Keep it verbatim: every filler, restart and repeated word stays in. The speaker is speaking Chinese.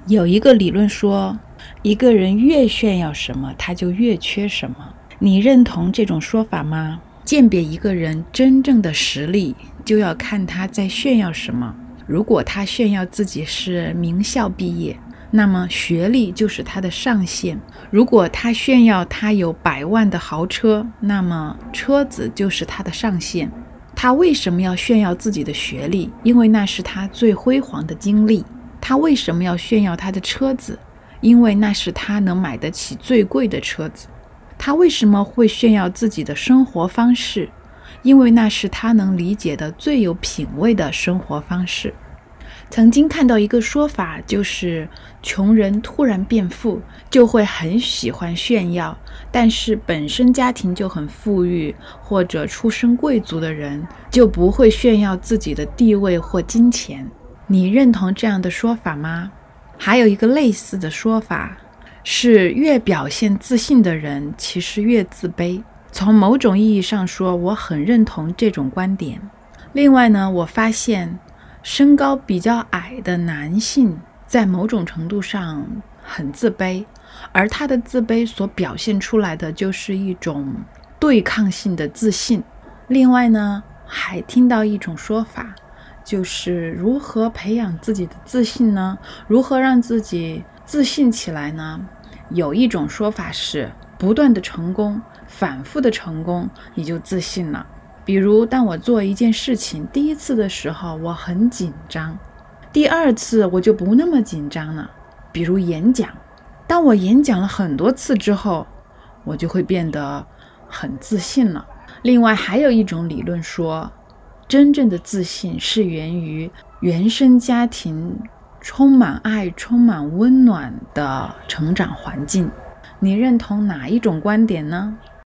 有一个理论说，一个人越炫耀什么，他就越缺什么。你认同这种说法吗？鉴别一个人真正的实力，就要看他在炫耀什么。如果他炫耀自己是名校毕业，那么学历就是他的上限；如果他炫耀他有百万的豪车，那么车子就是他的上限。他为什么要炫耀自己的学历？因为那是他最辉煌的经历。他为什么要炫耀他的车子？因为那是他能买得起最贵的车子。他为什么会炫耀自己的生活方式？因为那是他能理解的最有品味的生活方式。曾经看到一个说法，就是穷人突然变富，就会很喜欢炫耀，但是本身家庭就很富裕或者出身贵族的人，就不会炫耀自己的地位或金钱。你认同这样的说法吗？还有一个类似的说法是，越表现自信的人其实越自卑。从某种意义上说，我很认同这种观点。另外呢，我发现身高比较矮的男性在某种程度上很自卑，而他的自卑所表现出来的就是一种对抗性的自信。另外呢，还听到一种说法，就是如何培养自己的自信呢？如何让自己自信起来呢？有一种说法是，不断的成功，反复的成功，你就自信了。比如，当我做一件事情，第一次的时候我很紧张，第二次我就不那么紧张了。比如演讲，当我演讲了很多次之后，我就会变得很自信了。另外还有一种理论说，真正的自信是源于原生家庭充满爱、充满温暖的成长环境。你认同哪一种观点呢？